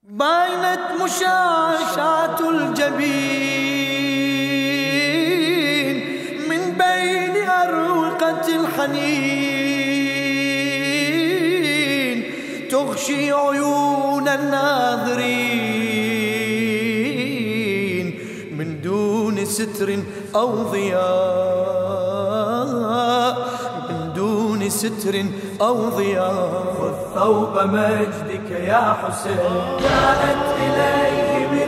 باينت مشاشات الجبين من بين أروقة الحنين تغشي عيون الناظرين من دون ستر أو ضياء، من دون ستر أو ضياء. خذ ثوب مجدك يا حسين، جاءت إليه من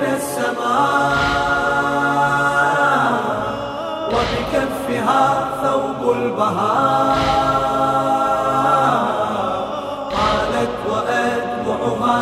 السماء وبكفها ثوب البهاء، قالت وأدمعها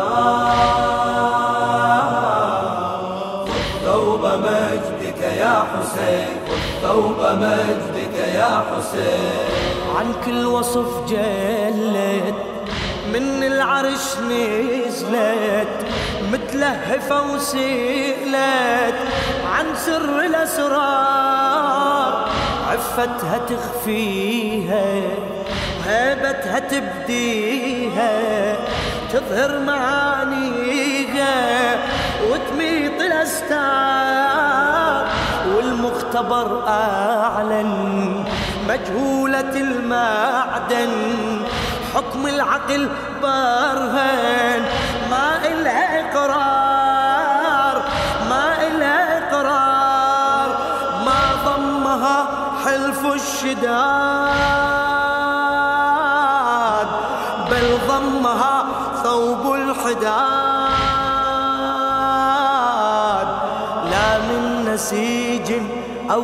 دماء. خذ ثوب مجدك يا حسين، خذ ثوب مجدك يا حسين. عن كل وصف جلت من العرش نزلت متلهفة وسئلت عن سر الأسرار، عفتها تخفيها وهيبتها تبديها، تظهر معانيها وتميط الأستار. والمختبر أعلن مجهولة المعدن، حكم العقل برهن ما إلها إقرار، ما إلها إقرار. ما ضمها حلف الشداد بل ضمها ثوب الحداد، لا من نسيج أو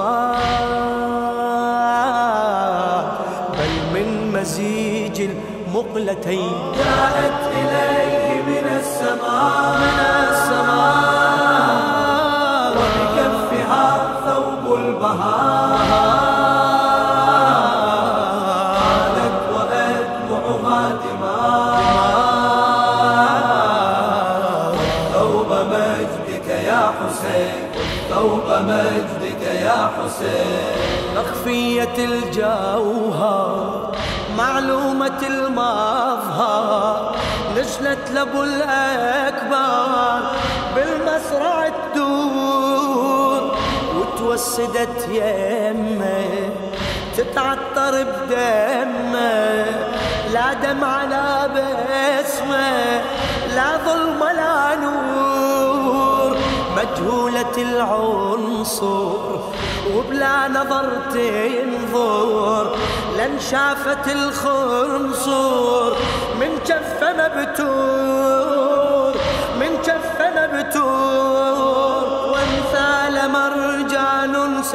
سواد بل من مزيج المقلتين. جاءت إليه من السماء، وبكفها ثوب البهاء، قالت وأدمعها دماء. ثوب مجدك يا حسين، ثوب مجدك يا حسين. مخفية الجوهر معلومة المظهر، نزلت لابو الأكبر بالمسرع تدور وتوسدت يمه تتعطر بدمه، لا دمع لا بسمه لا ظلم لا نور. مجهولة العنصر وبلا نظر تنظر، لن شافت الخنصر من كفه مبتور، من كفه مبتور. وامثال مرجان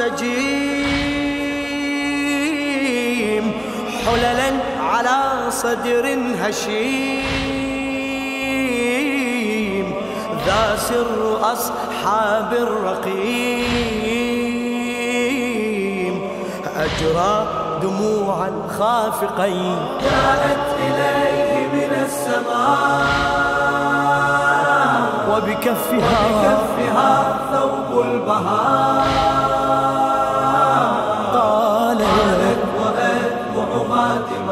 سجيم حللا على صدر هشيم، ذا سر أصحاب الرقيم أجرى دموع الخافقين. جاءت إليه من السماء وبكفها ثوب البهاء، قالت وأدمعها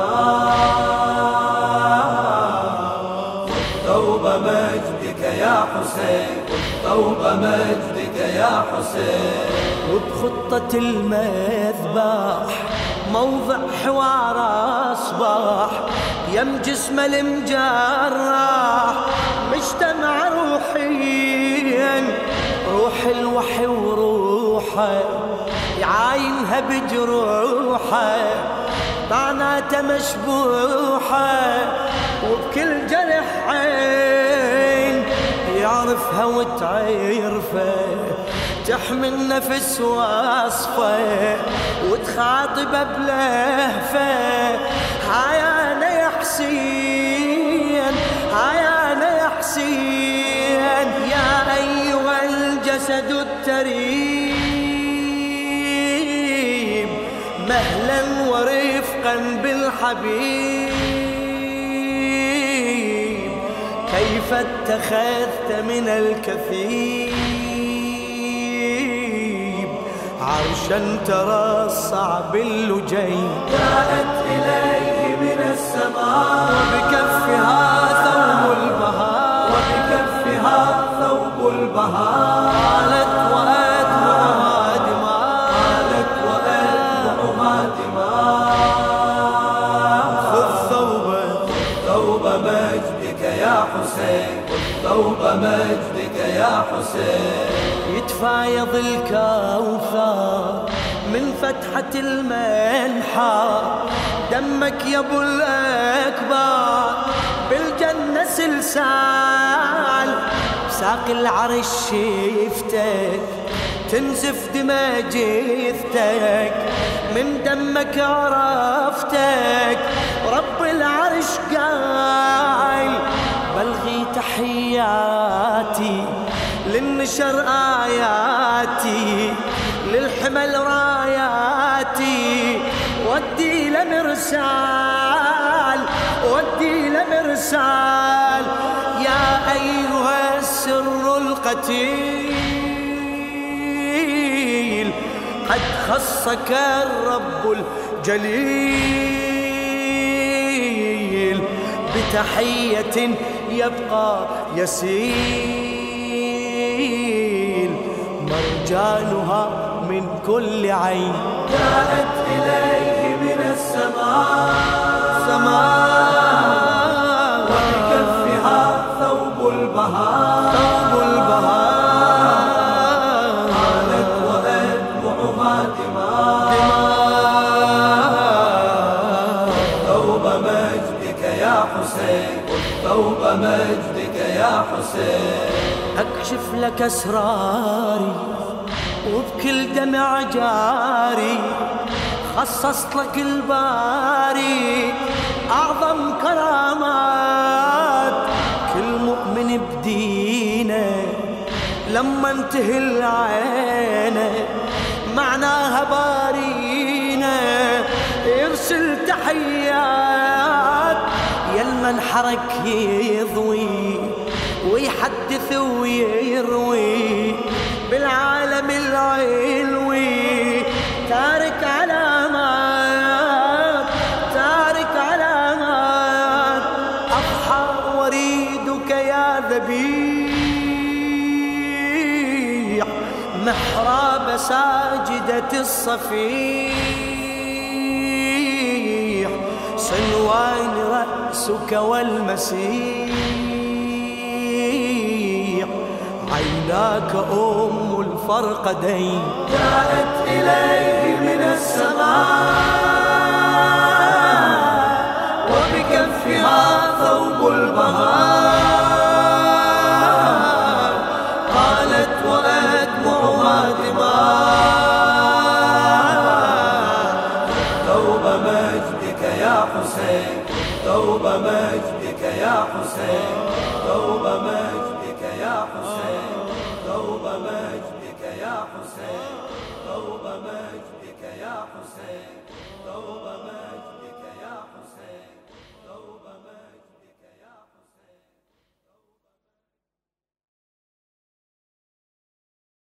دماء. خذ ثوب مجدك يا حسين، خذ ثوب مجدك يا حسين. وبخطة المذبح موضع حوار أصبح، يم جسم المجرح مجتمع روحيا، روح الوحي وروحه يعاينها بجروحه، طعناته مشبوحه وبكل جرح عين يعرفها وتعرفه، تحمي النفس وصفه وتخاطبه بلهفه. هاي أنا يا حسين، هاي أنا يا حسين، يا أيها الجسد التريب، مهلا ورفقا بالحبيب، كيف اتخذت من الكثيب عرشا ترصع باللجين. جاءت إليه من السماء وبكفها ثوب البهاء، مجدك يا حسين، ثوب مجدك يا حسين. يتفايض الكوثر من فتحة المنحى، دمك يا ابو الاكبر بالجنة سلسال، بساق العرش شفتك تنزف دماء جثتك، من دمك عرفتك رب العرش قايل، بلغي تحياتي للنشر آياتي، للحمل راياتي، ودي لمرسال ودي لمرسال، يا أيها السر القتيل قد خصك الرب الجليل، بتحية يبقى يسيل، مرجانها من كل عين جاءت إليه من السماء، وبكفها ثوب البهاء، قالت وأدمعها دماء، ثوب مجدك يا حسين، ثوب مجدك يا حسين. أكشف لك أسراري وبكل دمع جاري، خصصت لك الباري أعظم كرامات، كل مؤمن بدينه لما انتهي العينه معناها بارينا، يرسل تحيات يا المنحرك يضوي ويحدث ويروي بالعالم العلوي، تارك علامات تارك علامات، أضحى وريدك يا ذبيح، محراب ساجدة الصفيح، صنوان رأسك والمسيح، عيناك أم الفرقدين جاءت إليه من السماء، وبكفها ثوب البهاء، قالت وأدمعها دماء، ثوب مجدك يا حسين، ثوب مجدك يا حسين، ثوب مجدك يا حسين، ثوب مجدك يا حسين، ثوب مجدك يا حسين، ثوب مجدك.